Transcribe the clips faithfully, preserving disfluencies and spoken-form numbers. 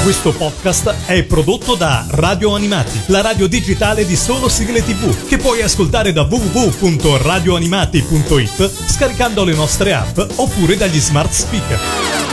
Questo podcast è prodotto da Radio Animati, la radio digitale di solo sigle tivù, che puoi ascoltare da w w w punto radio animati punto i t scaricando le nostre app oppure dagli smart speaker.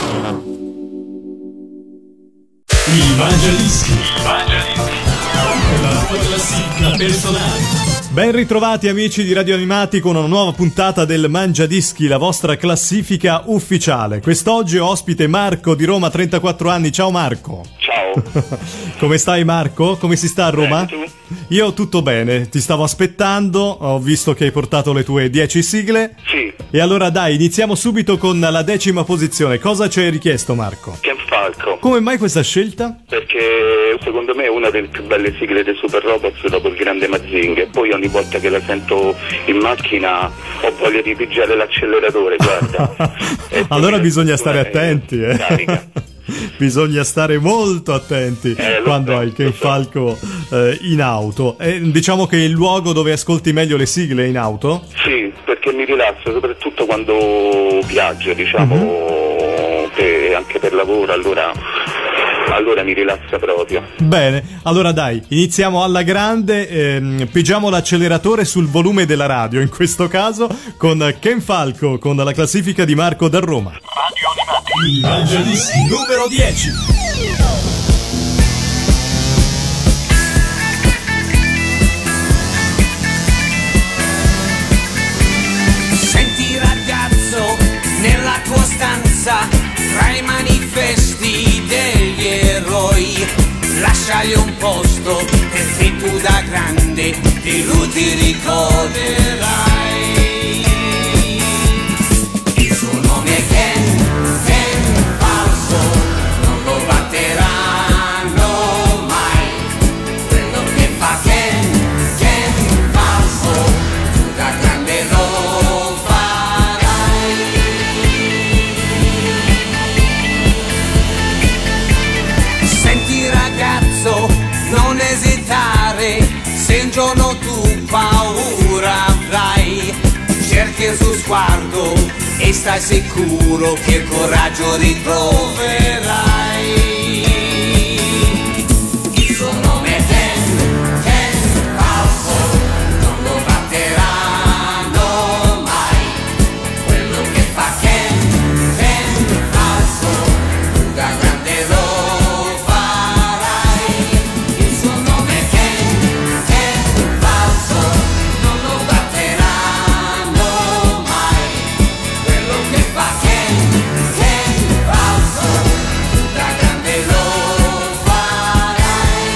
Il Mangiadischi. Il Mangiadischi. La tua classifica personale. Ben ritrovati amici di Radio Animati con una nuova puntata del Mangiadischi, la vostra classifica ufficiale. Quest'oggi ospite Marco di Roma, trentaquattro anni. Ciao Marco. Ciao. Come stai Marco? Come si sta a Roma? Bene, tu? Io tutto bene, ti stavo aspettando, ho visto che hai portato le tue dieci sigle. Sì. E allora dai, iniziamo subito con la decima posizione. Cosa ci hai richiesto Marco? Ken Falco. Come mai questa scelta? Perché secondo me è una delle più belle sigle dei Super Robots dopo il grande Mazinga. E poi ogni volta che la sento in macchina ho voglia di pigiare l'acceleratore, guarda. Allora bisogna stare attenti, eh. Carica. Bisogna stare molto attenti eh, quando so, hai Ken so. Falco eh, in auto. E diciamo che è il luogo dove ascolti meglio le sigle in auto? Sì, perché mi rilassa soprattutto quando viaggio, diciamo, mm-hmm. per, anche per lavoro, allora... allora mi rilassa proprio. Bene, allora dai, iniziamo alla grande, ehm, pigiamo l'acceleratore sul volume della radio, in questo caso con Ken Falco, con la classifica di Marco da Roma. Radio Animati. Il Mangiadischi numero dieci. Senti ragazzo, nella tua stanza, tra i manifesti degli eroi, lasciagli un posto perché tu da grande di lui ti ricorderai. Il suo nome è Ken, Ken Falco, non lo batteranno mai. Quello che fa Ken, Ken Falco, tu da grande lo farai. Senti ragazzo, non esitare, se un giorno tu paura avrai, cerchi il suo sguardo e stai sicuro che il coraggio ritroverai. Il suo nome è Ken, Ken Falco, non lo batteranno mai. Quello che fa Ken, Ken Falco, tu da grande lo farai. Il suo nome è Ken, Ken Falco, non lo batteranno mai. Quello che fa Ken, Ken Falco, tu da grande lo farai.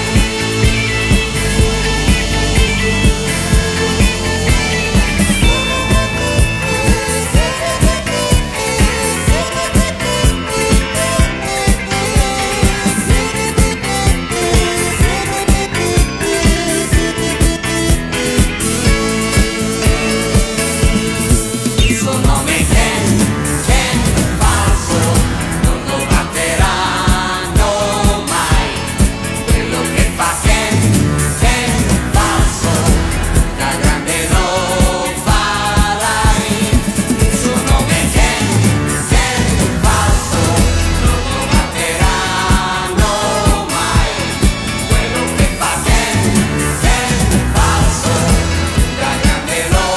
Il suo nome è Ken, Ken Falco, non lo batteranno mai. Quello che fa Ken, Ken Falco, da grande lo farai. Il suo nome è Ken, Ken Falco, non lo batteranno mai. Quello che fa Ken, Ken Falco, da grande lo farai.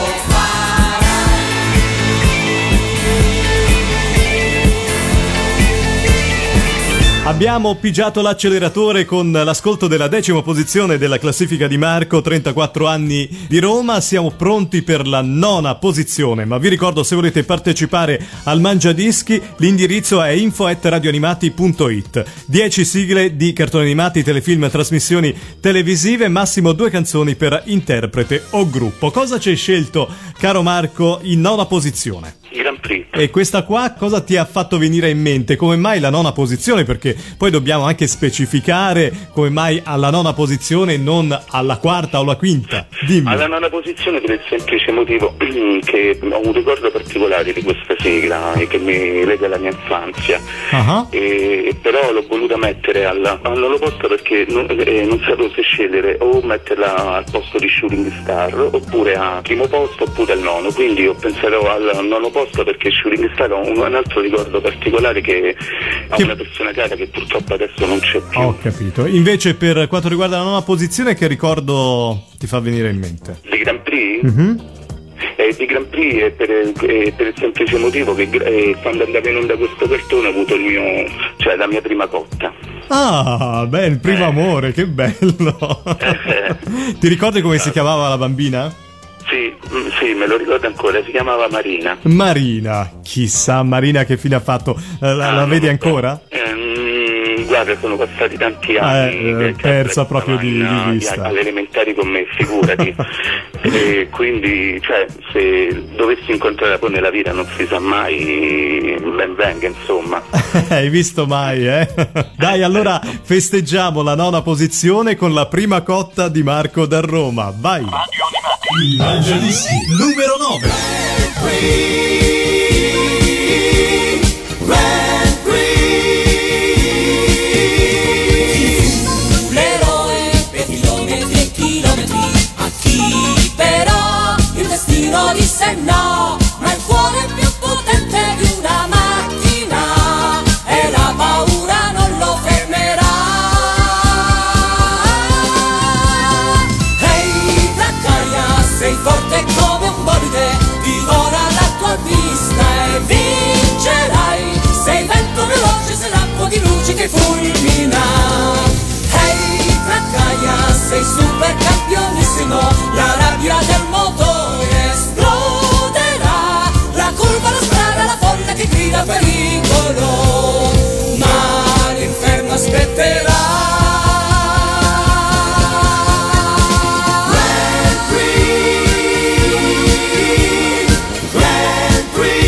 Abbiamo pigiato l'acceleratore con l'ascolto della decima posizione della classifica di Marco, trentaquattro anni di Roma. Siamo pronti per la nona posizione, ma vi ricordo, se volete partecipare al Mangiadischi, l'indirizzo è info at radioanimati punto i t. dieci sigle di cartoni animati, telefilm, trasmissioni televisive, massimo due canzoni per interprete o gruppo. Cosa ci hai scelto, caro Marco, in nona posizione? Grand Prix. E questa qua cosa ti ha fatto venire in mente? Come mai la nona posizione? Perché poi dobbiamo anche specificare come mai alla nona posizione e non alla quarta o la quinta. Dimmi. Alla nona posizione per il semplice motivo che ho un ricordo particolare di questa sigla e che mi lega alla mia infanzia. Uh-huh. E, e però l'ho voluta mettere alla, al nono posto perché non, eh, non sapevo se scegliere o metterla al posto di Shooting Star oppure al primo posto oppure al nono, quindi ho pensato al nono posto perché Shooting Star ho un, un altro ricordo particolare che ho che... una persona cara che purtroppo adesso non c'è più. Ho capito. Invece per quanto riguarda la nona posizione, che ricordo ti fa venire in mente? Di Grand Prix? Mm-hmm. Eh, di Grand Prix è per, è per il semplice motivo che eh, quando andava in onda questo cartone ho avuto il mio, cioè la mia prima cotta. Ah, beh, il primo Eh. amore, che bello. Eh. Ti ricordi come si chiamava la bambina? Sì, mm, sì, me lo ricordo ancora, si chiamava Marina. Marina. Chissà Marina che fine ha fatto. La, la- Ah, la non vedi lo so. ancora? Eh, mm, guarda, sono passati tanti Ah, anni. eh, che- che persa stava proprio di- in- di in- vista. alle elementari con me, figurati. E quindi, cioè, se dovessi incontrare poi nella vita non si sa mai, ben venga, insomma. Hai visto mai, eh? Dai, allora festeggiamo la nona posizione con la prima cotta di Marco da Roma. Vai! Il Mangiadischi numero nove. Grand Prix, l'eroe per chilometri e chilometri, a chi però il destino disse no, ma il cuore più potente di una macchina e la paura non lo fermerà. Ehi, Traccaia, sei forte come un bolide, divora la tua vista e vincerai. Sei vento veloce, sei lampo di luci che fulmina. Ehi, Traccaia, sei super campionissimo, la rabbia del motore esploderà. La curva, la strada, la folla che grida pericolo, ma l'inferno aspetterà. Grand Prix, Grand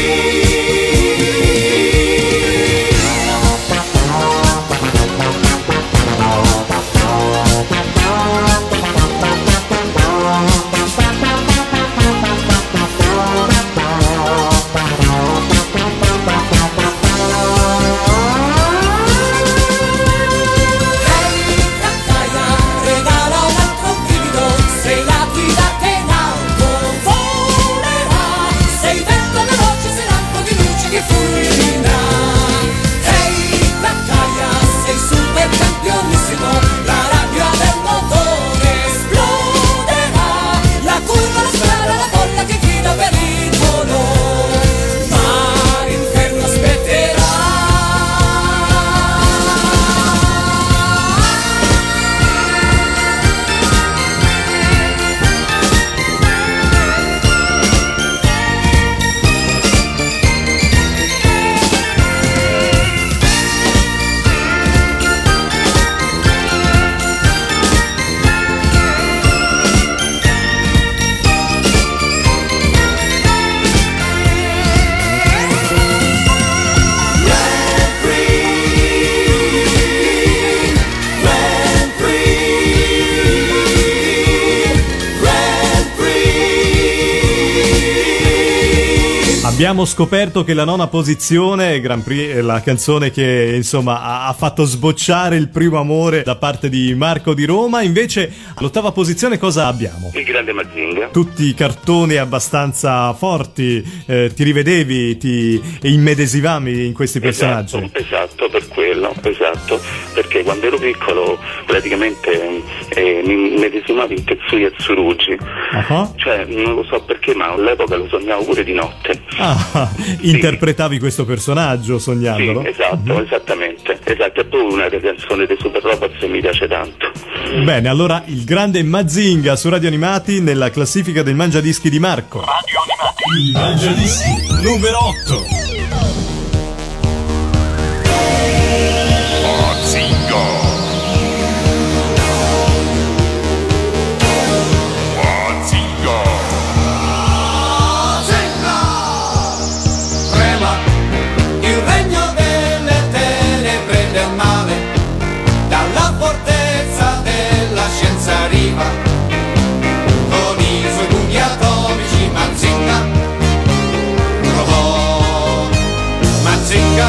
Ehi, Traccaia, regala un altro brivido, sei la guida che in alto volerà. Sei vento veloce, sei lampo di luci che fulmina. Ehi, Traccaia, sei super campionissimo, la rabbia del motore esploderà. La curva, la strada, la folla che grida pericolo, ma l'inferno aspetterà. Grand Prix, Grand Prix, Grand Prix. Abbiamo scoperto che la nona posizione, Grand Prix, è la canzone che insomma ha, ha fatto sbocciare il primo amore da parte di Marco di Roma. Invece all'ottava posizione cosa abbiamo? Il grande Mazinga. Tutti i cartoni abbastanza forti, eh, ti rivedevi, ti immedesivavi in questi personaggi. Esatto, esatto, per quello, esatto, perché quando ero piccolo praticamente eh, mi medesimavo in Tetsuya Tsurugi, Ah, cioè non lo so perché ma all'epoca lo sognavo pure di notte. ah, interpretavi questo personaggio sognandolo? Sì, esatto, esattamente, esatto, e poi una canzone dei Super Robots mi piace tanto. Bene, allora il grande Mazinga su Radio Animati nella classifica del Mangiadischi di Marco. Il Mangiadischi numero otto. Trema il regno delle tenebre del male, dalla fortezza della scienza arriva, con i suoi pugni atomici Mazinga, robot, Mazinga,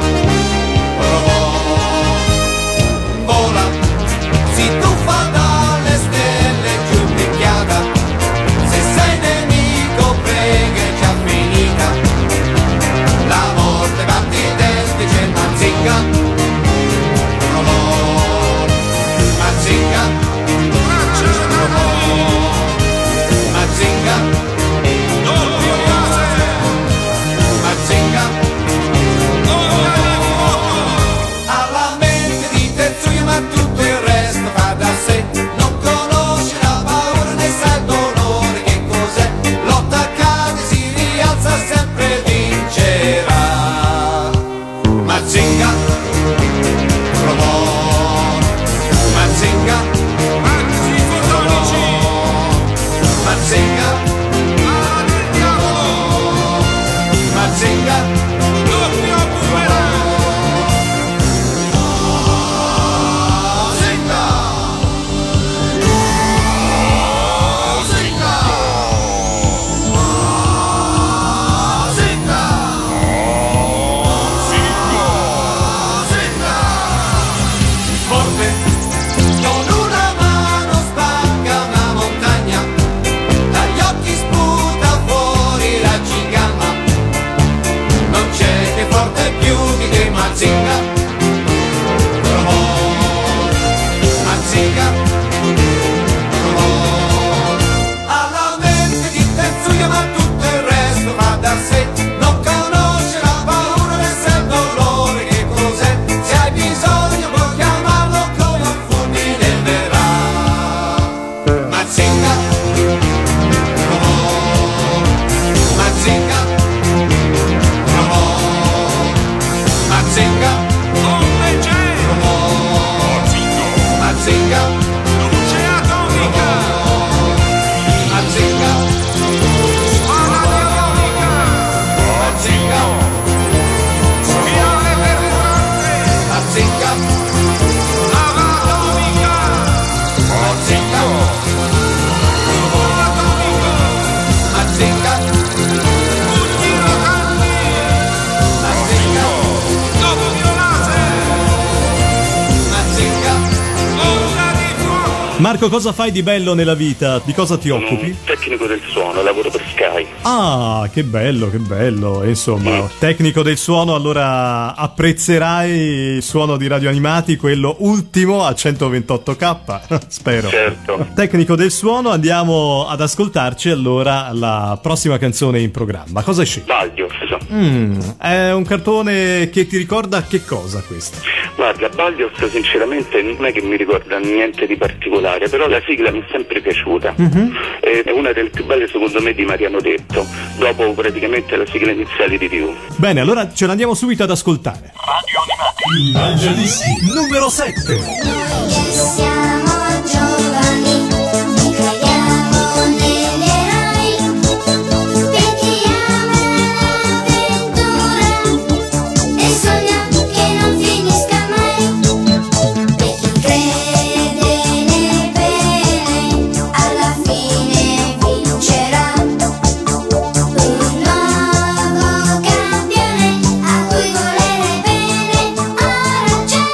robot, vola, si tuffa dalle stelle giù picchiata, se sei nemico prega è già finita. La morte batti i testi, c'è Mazinga, Marco, cosa fai di bello nella vita? Di cosa ti Sono occupi? un tecnico del suono, lavoro per Sky. Ah, che bello, che bello. E insomma, Mm. tecnico del suono, allora apprezzerai il suono di Radio Animati, quello ultimo a centoventotto k, spero. Certo. Tecnico del suono, andiamo ad ascoltarci allora la prossima canzone in programma. Cosa esce? Baldios. Mm, è un cartone che ti ricorda che cosa questo? Guarda, Baldios sinceramente non è che mi ricorda niente di particolare, però la sigla mi è sempre piaciuta. Mhm. È una delle più belle secondo me di Mariano Detto, dopo praticamente la sigla iniziale di Tiu. Bene, allora ce l'andiamo subito ad ascoltare. Il Mangiadischi numero sette. Noi che siamo giovani, crediamo negli eroi, per chi ama l'avventura e sogna che non finisca mai, per chi crede nel bene, alla fine vincerà. Un nuovo campione a cui volere bene, ora c'è.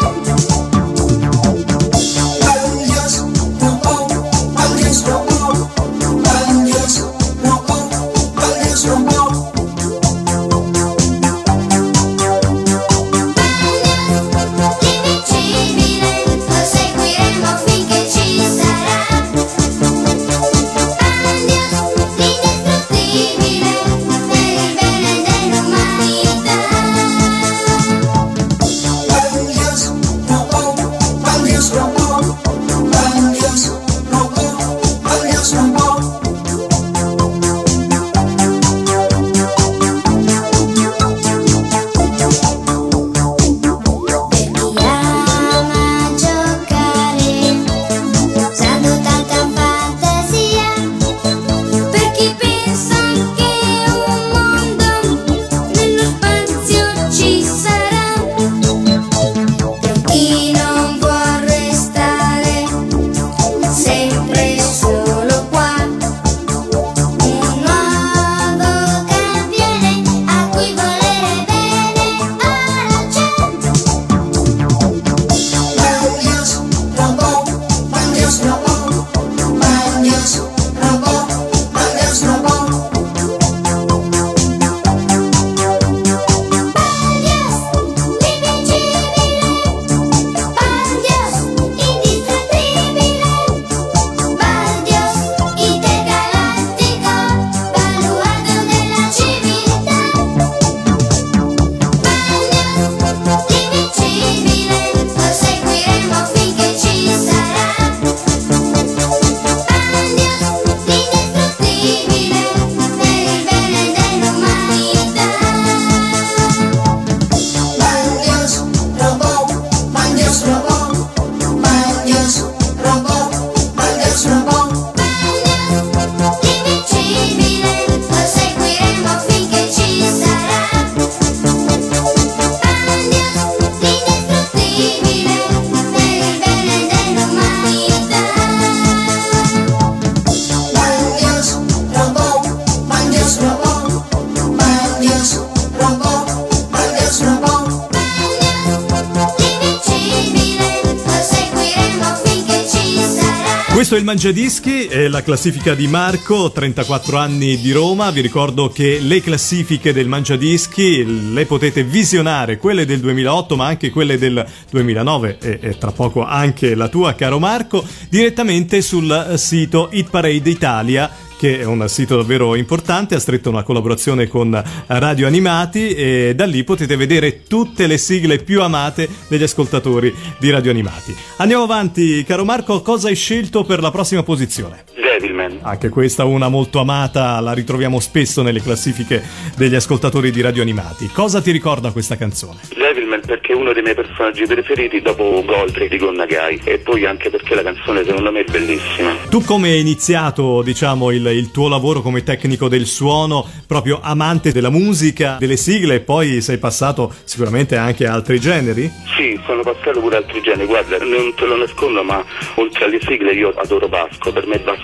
Questo è il Mangiadischi, è la classifica di Marco, trentaquattro anni di Roma. Vi ricordo che le classifiche del Mangiadischi le potete visionare, quelle del duemilaotto ma anche quelle del duemilanove e, e tra poco anche la tua, caro Marco, direttamente sul sito Hit Parade Italia, che è un sito davvero importante, ha stretto una collaborazione con Radio Animati e da lì potete vedere tutte le sigle più amate degli ascoltatori di Radio Animati. Andiamo avanti, caro Marco, cosa hai scelto per la prossima posizione? Devilman. Anche questa una molto amata, la ritroviamo spesso nelle classifiche degli ascoltatori di Radio Animati. Cosa ti ricorda questa canzone? Devilman perché è uno dei miei personaggi preferiti dopo Goldrake di Gonnagai, e poi anche perché la canzone secondo me è bellissima. Tu come hai iniziato, diciamo, il, il tuo lavoro come tecnico del suono, proprio amante della musica, delle sigle, e poi sei passato sicuramente anche a altri generi? Sì, sono passato pure altri generi, guarda, non te lo nascondo, ma oltre alle sigle io adoro Vasco, per me Vasco Ah,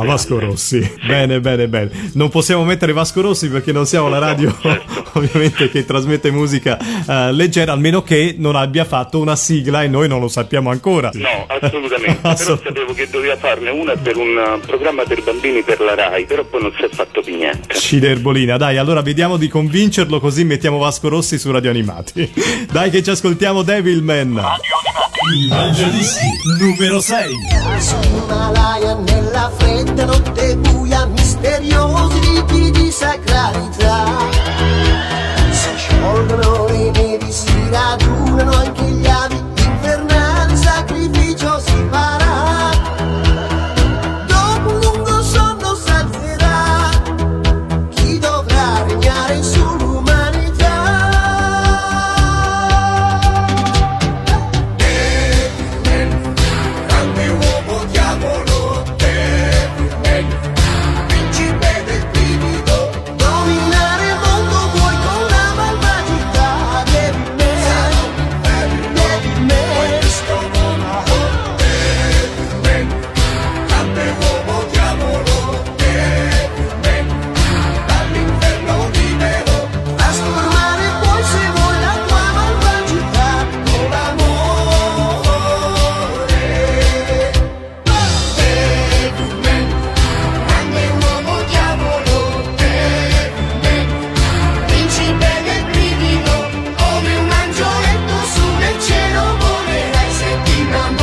più Vasco grande. Rossi. Sì. Bene, bene, bene. Non possiamo mettere Vasco Rossi perché non siamo la radio, certo. ovviamente, che trasmette musica eh, leggera, almeno che non abbia fatto una sigla e noi non lo sappiamo ancora. No, assolutamente. Assolut- Però sapevo che doveva farne una per un uh, programma per bambini per la Rai, però poi non si è fatto più niente. Ciderbolina, dai, allora vediamo di convincerlo, così mettiamo Vasco Rossi su Radio Animati. Dai che ci ascoltiamo Devilman. Il Mangiadischi numero sei. Sull'Himalaya nella fredda notte buia, misteriosi riti di sacralità. Si sciolgono le nevi, si radunano anche gli avi, infernale sacrificio si farà. Dopo un lungo sonno s'alzerà chi dovrà regnare sull'umanità. Grande uomo diavolo, Devilman, principe del brivido, dominare il mondo vuoi con la malvagità. Devilman, Devilman, questo monaco. Devilman, grande uomo diavolo, Devilman, dall'inferno libero, trasformare poi se vuoi la tua malvagità con l'amore. Devilman, grande uomo diavolo, Devilman, principe del brivido, come un angioletto su nel cielo volerai se ti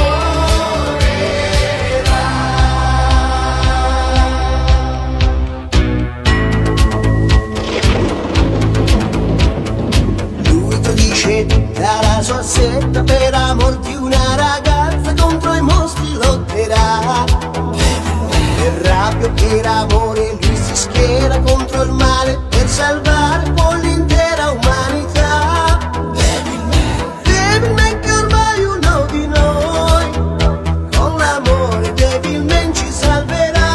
innamorerai. Lui ti dice tutta la sua setta per amor di una ragazza, contro i mostri lotterà. Per rabbia, per amore lui si schiera contro il male per salvare poi l'intera umanità. Devilman che ormai uno di noi, con l'amore Devilman ci salverà.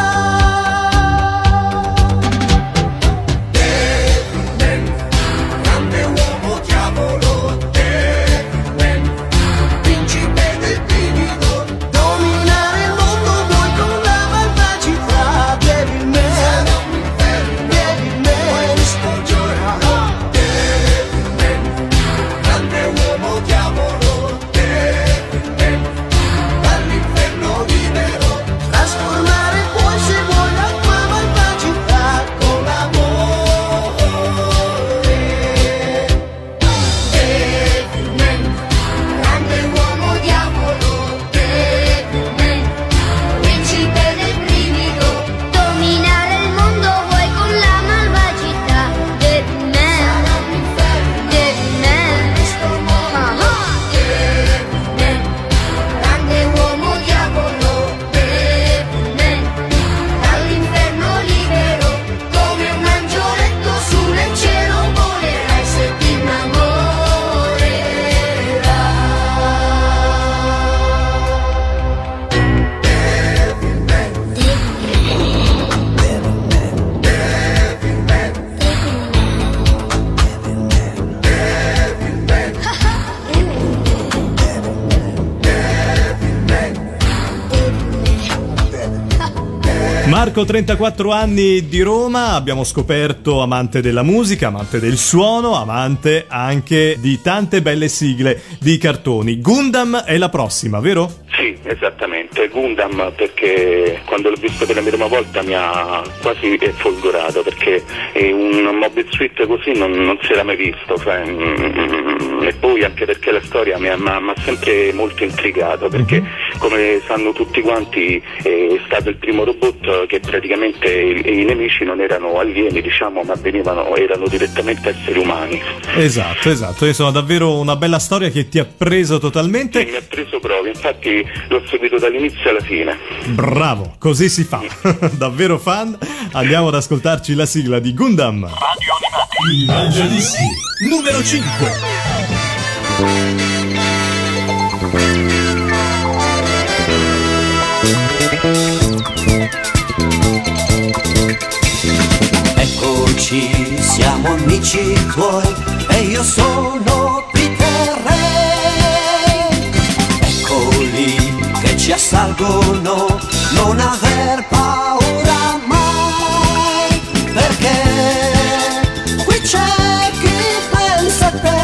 Devilman, grande uomo diavolo, Devilman, principe del brivido, dominare il mondo vuoi con la malvagità. Devilman, Devilman, sto giorno. Devilman, grande uomo diavolo, Devilman, dall'inferno libero, trasformare poi se vuoi la tua malvagità con l'amore. Devilman, grande uomo diavolo, Devilman, principe del brivido, Dominare il mondo vuoi con la malvagità. Devilman, Devilman, Devilman, grande uomo diavolo, Devilman, dall'inferno libero, come un angioletto su nel cielo volerai se ti Marco, trentaquattro anni, di Roma, abbiamo scoperto amante della musica, amante del suono, amante anche di tante belle sigle di cartoni. Gundam è la prossima, vero? Sì, esattamente, Gundam, perché quando l'ho visto per la mia prima volta mi ha quasi folgorato, perché è un Mobile Suit così non, non si era mai visto, cioè, mm, e poi anche perché la storia mi ha, mi ha- mi ha sempre molto intrigato, perché come sanno tutti quanti è stato il primo robot che praticamente i, i nemici non erano alieni, diciamo, ma venivano, erano direttamente esseri umani. Esatto, esatto, insomma davvero una bella storia che ti ha preso totalmente. Sì, mi ha preso proprio, infatti l'ho seguito dall'inizio alla fine. Bravo, così si fa. Davvero fan. Andiamo ad ascoltarci la sigla di Gundam. Il Mangiadischi numero cinque. Eccoci, siamo amici tuoi e io sono Peter Re. Eccoli che ci assalgono non aver paura mai, perché qui c'è chi pensa a te.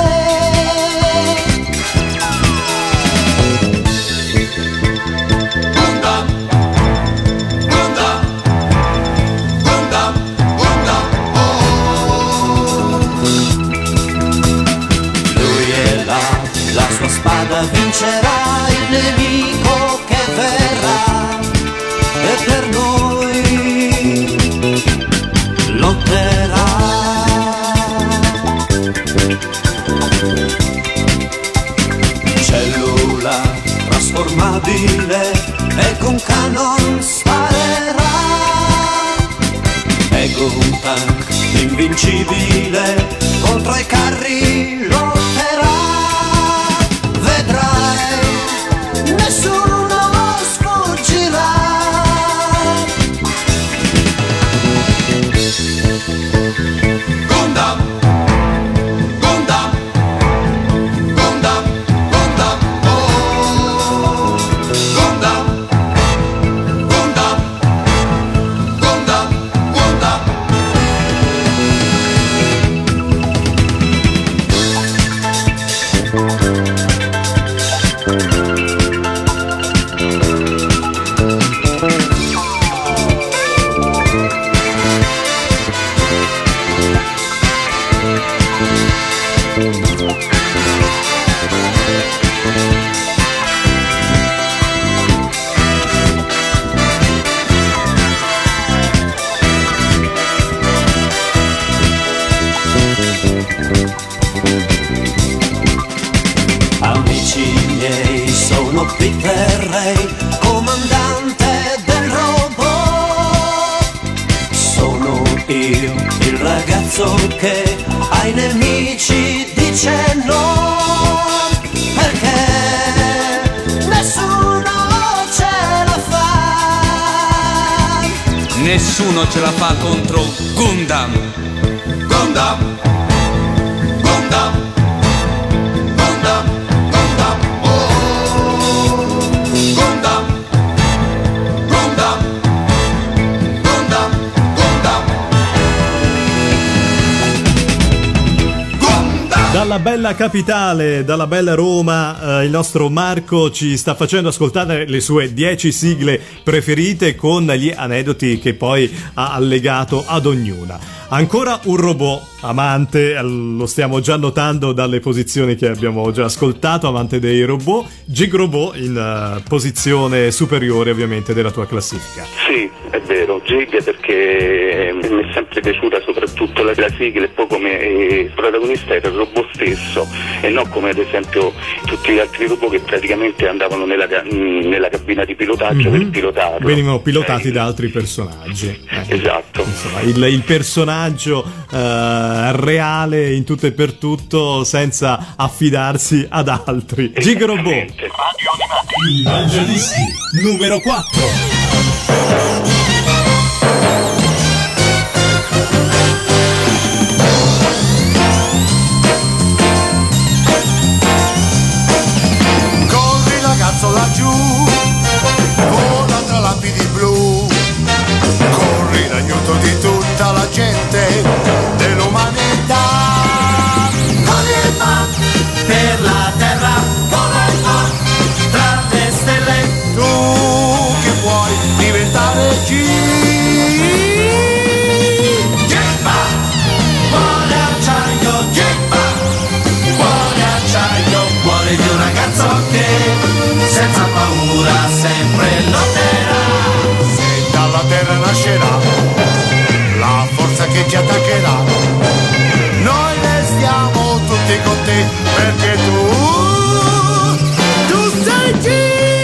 Gundam, Gundam, Gundam, Gundam, oh. Lui è là, la sua spada vincerà il nemico che verrà, e per noi lotterà. Cellula trasformabile e con canon sparerà, è un tank invincibile, contro i carri lotterà. Vedrai, nessuno sfuggirà. Gundam, Gundam, Gundam, Gundam, oh. Gundam, Gundam, Gundam, Gundam. Amici miei, sono Peter Ray, comandante del robot. Sono io, il ragazzo che ai nemici dice no, perché nessuno ce la fa. Nessuno ce la fa contro Gundam. Gundam, Gundam, Gundam, Gundam, oh. Gundam, Gundam, Gundam, Gundam, Gundam. Dalla bella capitale, dalla bella Roma, eh, il nostro Marco ci sta facendo ascoltare le sue dieci sigle preferite con gli aneddoti che poi ha allegato ad ognuna. Ancora un robot amante, eh, lo stiamo già notando dalle posizioni che abbiamo già ascoltato, amante dei robot, Gig Robot in eh, posizione superiore ovviamente della tua classifica. Sì, è vero, Jig perché mi è sempre piaciuta soprattutto la, la sigla e poi come eh, protagonista era il robot stesso e non come ad esempio tutti gli altri robot che praticamente andavano nella, ca- nella cabina di pilotaggio Mhm. per pilotarlo. Venivano pilotati Eh, da altri personaggi. Eh, Esatto. Insomma, il, il personaggio eh, reale in tutto e per tutto senza affidarsi ad altri. Gig Robot. Esattamente. Il Mangiadischi numero quattro. Corri ragazzo laggiù, vola tra lapidi blu, corri l'aiuto di tutta la gente dell'umanità. Corri e va per la terra, vola e va tra le stelle, tu che vuoi diventare G. Gemma, cuore acciaio, Gemma, cuore acciaio, cuore di un ragazzo che senza paura sempre lotterà. Se dalla terra nascerà la forza che ci attaccherà, noi restiamo tutti con te perché tu, tu sei G.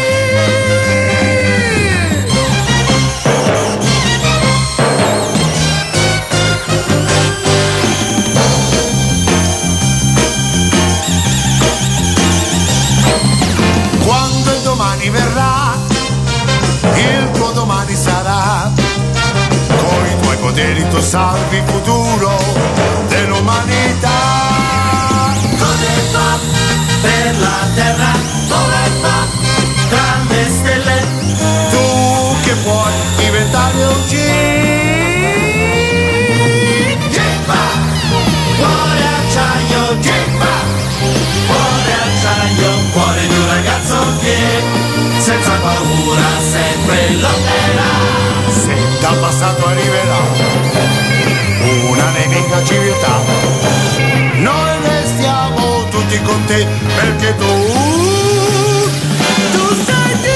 Quando il domani verrà, il tuo domani sarà, con i tuoi poteri tu salvi il futuro dell'umanità. Cosa fa per la terra, vola e fa tra le stelle, tu che ragazzo che senza paura sempre lotterà. Se dal passato arriverà una nemica civiltà, noi restiamo tutti con te perché tu, tu sei Dio.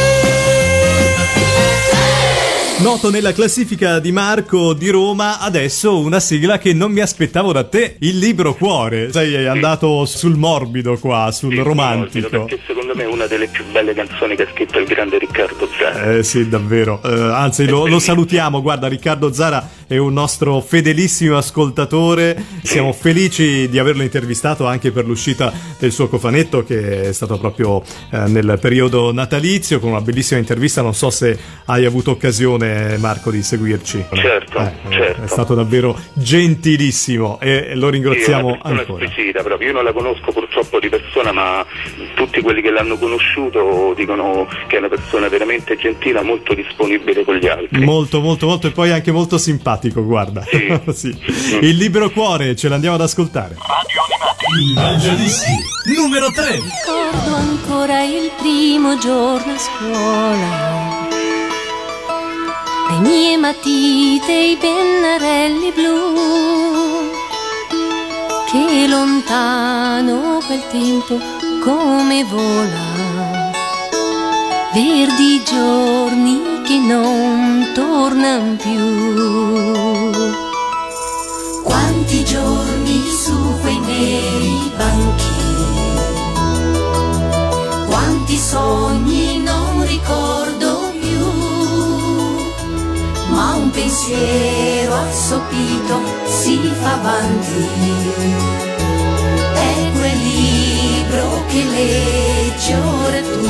Noto nella classifica di Marco di Roma adesso una sigla che non mi aspettavo da te, Il libro cuore. Sei andato sul morbido qua, sul Sì, romantico. Perché secondo me è una delle più belle canzoni che ha scritto il grande Riccardo Zara. Eh sì, davvero. Eh, anzi, lo, lo salutiamo. Guarda, Riccardo Zara è un nostro fedelissimo ascoltatore. Siamo felici di averlo intervistato anche per l'uscita del suo cofanetto, che è stato proprio eh, nel periodo natalizio, con una bellissima intervista. Non so se hai avuto occasione, Marco, di seguirci. Certo, Eh, certo. È stato davvero gentilissimo e lo Sì, è ringraziamo una persona ancora. squisita proprio. Io non la conosco purtroppo di persona, ma tutti quelli che l'hanno conosciuto dicono che è una persona veramente gentile, molto disponibile con gli altri. Molto, molto, molto, e poi anche molto simpatico, guarda. Sì. Sì. Il libro cuore, ce l'andiamo ad ascoltare. Il Mangiadischi numero tre. Ricordo ancora il primo giorno a scuola, le mie matite, i pennarelli blu, che lontano quel tempo come vola, verdi giorni che non tornan più. Quanti giorni su quei neri banchi, quanti sogni non ricordo più, ma un pensiero assopito si fa avanti, è quel libro che leggi ora tu.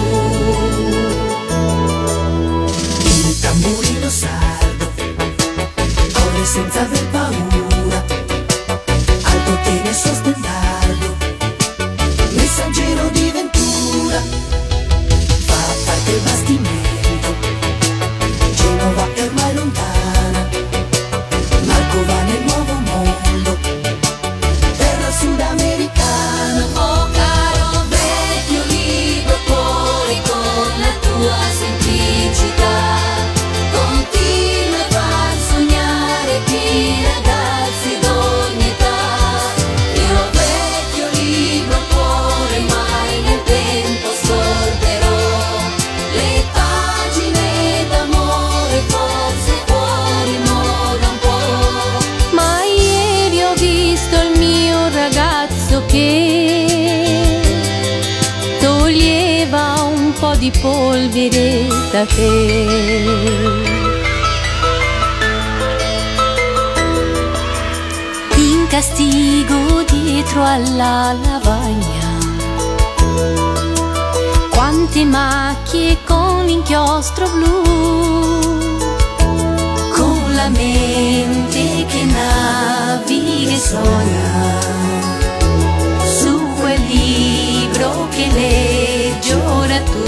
Il tamburino sardo corre senza aver paura, al potere il suo stendardo, messaggero di ventura, fa parte il bastimento, Genova è ormai lontana, Marco va nel nuovo mondo, terra sudamericana. Oh caro vecchio libro cuore, con la tua semplicità continua a far sognare i ragazzi d'ogni età. Mio vecchio libro cuore, mai nel tempo scorderò le pagine d'amore, forse fuori moda un po'. Ma ieri ho visto il mio ragazzo che toglieva un po' di polvere da te. In castigo dietro alla lavagna, quante macchie con l'inchiostro blu, con la mente che naviga e sogna su quel libro che leggi ora tu.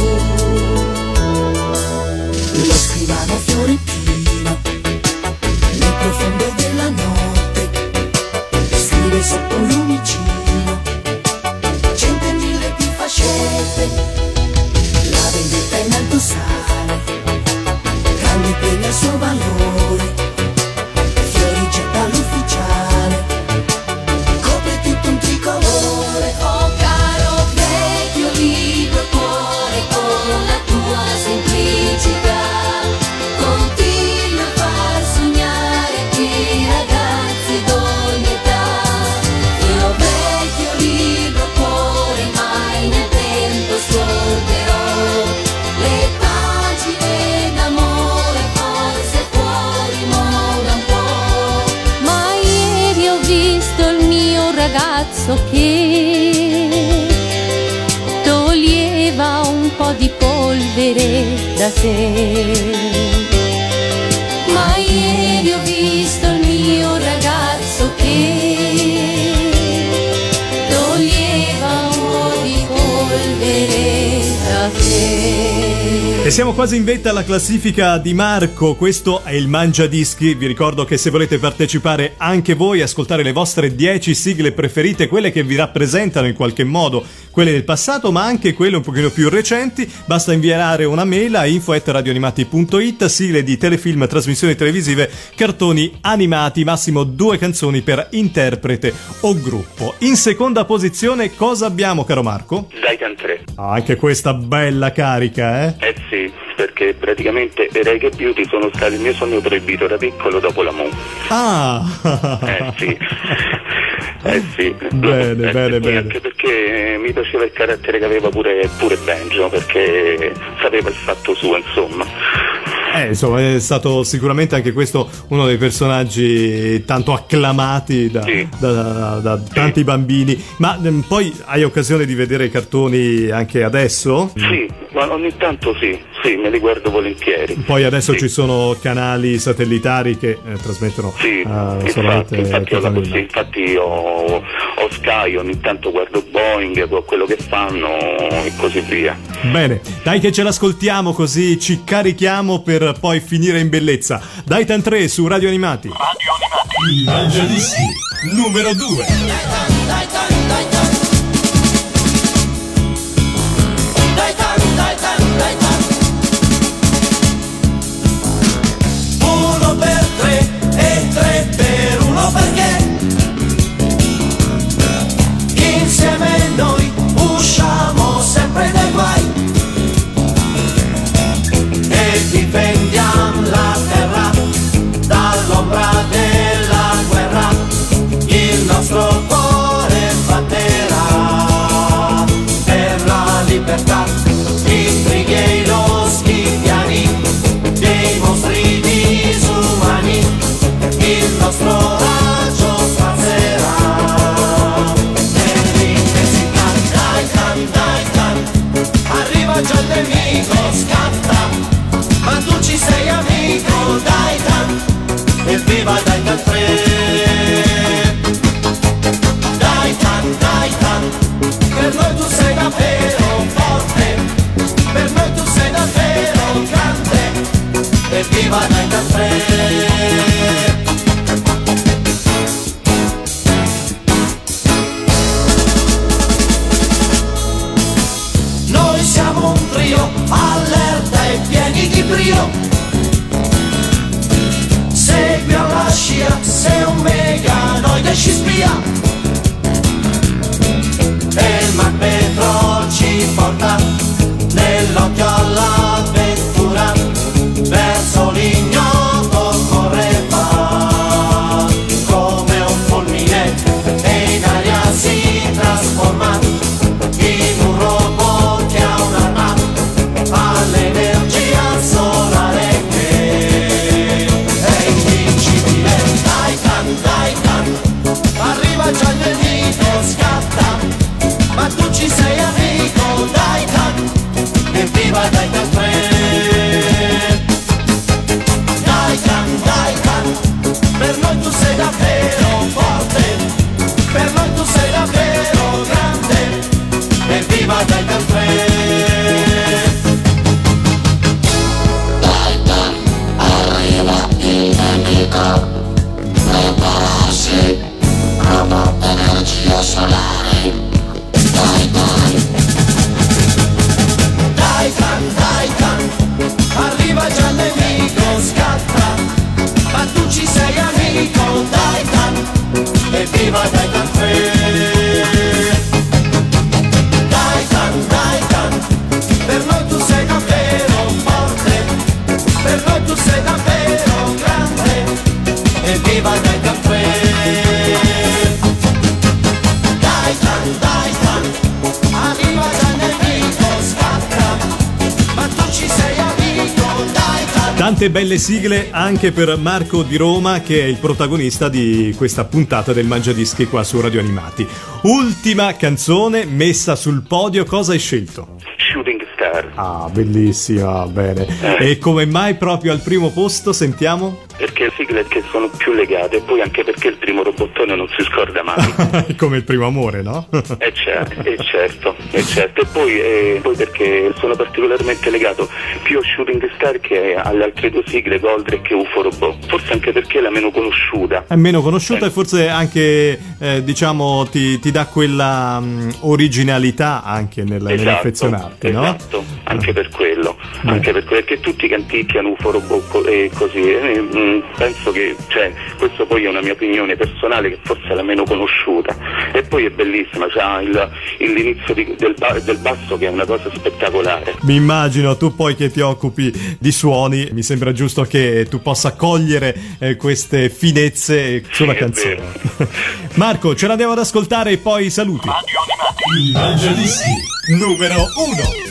Lo scrivano fiorentino nel profondo della notte, scrive sotto un lumicino centemila più fascette, la vendetta in alto sale, grande pena il suo valore, fiori getta all'ufficiale, copre tutto un tricolore. Oh caro vecchio libro cuore, con la tua semplicità continua a far sognare i ragazzi d'ogni età. Mio vecchio libro cuore, mai nel tempo scorderò le pagine d'amore, forse fuori moda un po'. Ma ieri ho visto il mio ragazzo che toglieva un po' di polvere da te. Ma ieri ho visto il mio ragazzo che toglieva un po' di polvere da te. E siamo quasi in vetta alla classifica di Marco, questo è il Mangiadischi. Vi ricordo che se volete partecipare anche voi, ascoltare le vostre dieci sigle preferite, quelle che vi rappresentano in qualche modo, quelle del passato ma anche quelle un pochino più recenti, basta inviare una mail a info at radioanimati punto it, sigle di telefilm, trasmissioni televisive, cartoni animati, massimo due canzoni per interprete o gruppo. In seconda posizione cosa abbiamo, caro Marco? Daitan tre. Ah, anche questa bella carica, eh? Eh sì, perché praticamente Reggae Beauty sono stati il mio sogno proibito da piccolo dopo l'amore. Ah! Eh sì. Eh sì, Bene, eh, bene, sì, bene. Anche perché mi piaceva il carattere che aveva pure, pure Benjo, perché sapeva il fatto suo, insomma. Eh, insomma, è stato sicuramente anche questo uno dei personaggi tanto acclamati da, Sì. da, da- da tanti bambini. Ma ehm, poi hai occasione di vedere i cartoni anche adesso? Sì, ma ogni tanto sì, sì, me li guardo volentieri. Poi adesso Sì. ci sono canali satellitari che eh, trasmettono Sì, eh, infatti, solamente infatti, ho la cartoni possi- animati. infatti ho, ho Sky, ogni tanto guardo Boeing, con quello che fanno e così via. Bene, dai che ce l'ascoltiamo così ci carichiamo per poi finire in bellezza. Daitan tre su Radio Animati. Il Mangiadischi numero due. Uno per tre e tre per uno perché insieme noi usciamo sempre dai guai e difendiamo la terra dall'ombra della guerra. Il nostro cuore batterà per la libertà, i brighe e lo schifiani dei mostri disumani. Il nostro raggio spazzerà nell'immensità. Daitan, Daitan, arriva già il nemico, scatta, ma tu ci sei amico, Daitan, evviva Daitan tre. Daitan, Daitan, per noi tu sei davvero forte, per noi tu sei davvero grande, evviva Daitan tre. Noi siamo un trio allerta e pieni di brio. Segui alla scia, sei un meganoide ci spia. E il Macbetro ci porta nell'occhio all'avventura. Verso l'ignoto correva come un fulmine e in aria si trasforma in un robot che ha un'arma all'energia solare che è invincibile. Daitan, Daitan, arriva già il nemico, scatta, ma tu ci sei amico, Daitan, evviva Daitan tre. Daitan, Daitan, per noi tu sei davvero forte, per noi tu sei davvero grande, evviva Daitan tre. Daitan, Daitan, arriva già il nemico, scatta, ma tu ci sei amico, Daitan, evviva Daitan tre. Daitan, Daitan, per noi tu sei davvero forte, per noi tu sei davvero grande, evviva Daitan tre. Daitan, Daitan, arriva già il nemico, scatta, ma tu ci sei amico, Daitan. Tante belle sigle anche per Marco di Roma, che è il protagonista di questa puntata del Mangiadischi qua su Radio Animati. Ultima canzone messa sul podio, cosa hai scelto? Shooting Star, Ah, bellissima, bene. Eh. E come mai proprio al primo posto, sentiamo? perché è sigla quelle che sono più legate, e poi anche perché il primo robottone non si scorda mai. Come il primo amore, no? E certo, e certo, e certo. E poi, e poi perché sono particolarmente legato più a Shooting Star che alle altre due sigle, Goldrake e U F O Robot. Forse anche perché è la meno conosciuta. È meno conosciuta eh. e forse anche, eh, diciamo, ti, ti dà quella um, originalità anche nel, esatto, nell'affezionarti, no? Esatto, anche per quello. Beh. Anche per quello, perché tutti canticchiano U F O Robot e così. E, mh, penso che, cioè, questo poi è una mia opinione personale, che forse è la meno conosciuta. E poi è bellissima, c'ha il, il, l'inizio di, del, del basso che è una cosa spettacolare. Mi immagino, tu poi che ti occupi di suoni, mi sembra giusto che tu possa cogliere eh, queste finezze sulla sì, canzone. Marco, ce l'andiamo ad ascoltare e poi saluti. Il Mangiadischi numero uno.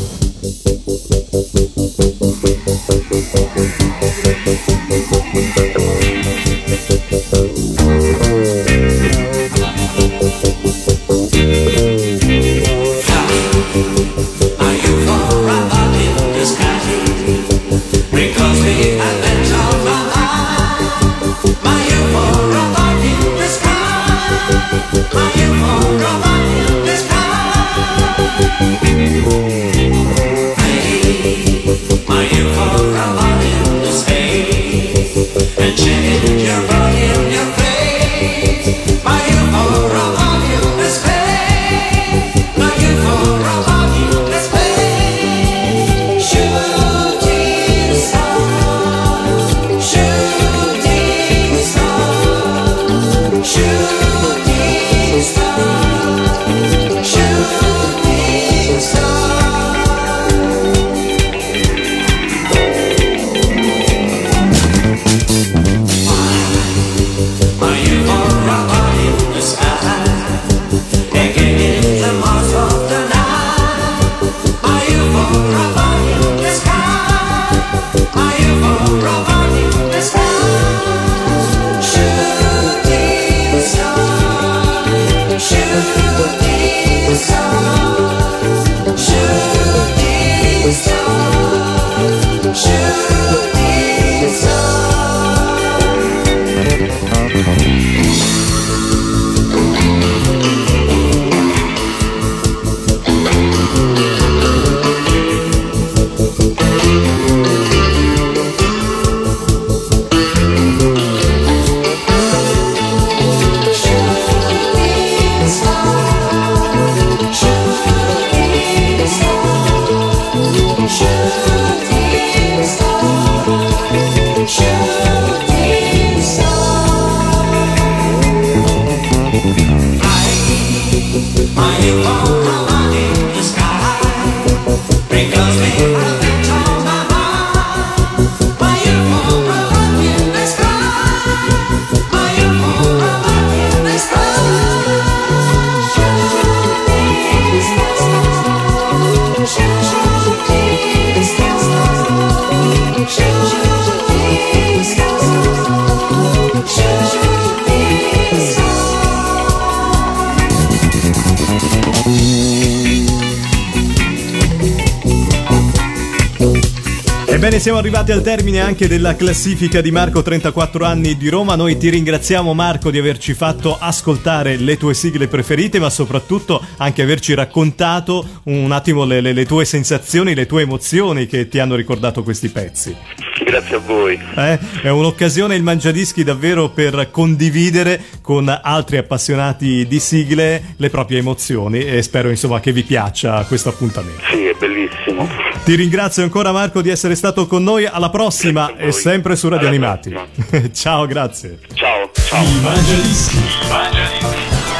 Ebbene, siamo arrivati al termine anche della classifica di Marco, trentaquattro anni di Roma. Noi ti ringraziamo, Marco, di averci fatto ascoltare le tue sigle preferite, ma soprattutto anche averci raccontato un attimo le, le, le tue sensazioni, le tue emozioni che ti hanno ricordato questi pezzi. Grazie a voi. Eh, è un'occasione, il Mangiadischi, davvero per condividere con altri appassionati di sigle le proprie emozioni, e spero insomma che vi piaccia questo appuntamento. Sì, è bellissimo. Ti ringrazio ancora, Marco, di essere stato con noi. Alla prossima e sempre su Radio Alla Animati. Ciao, grazie. Ciao, ciao. Il Mangiadischi. Il Mangiadischi.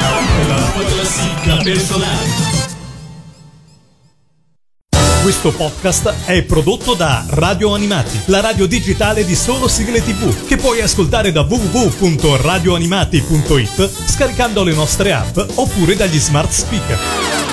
La tua classifica personale. Questo podcast è prodotto da Radio Animati, la radio digitale di solo sigle tivù, che puoi ascoltare da w w w punto radio animati punto it, scaricando le nostre app oppure dagli smart speaker.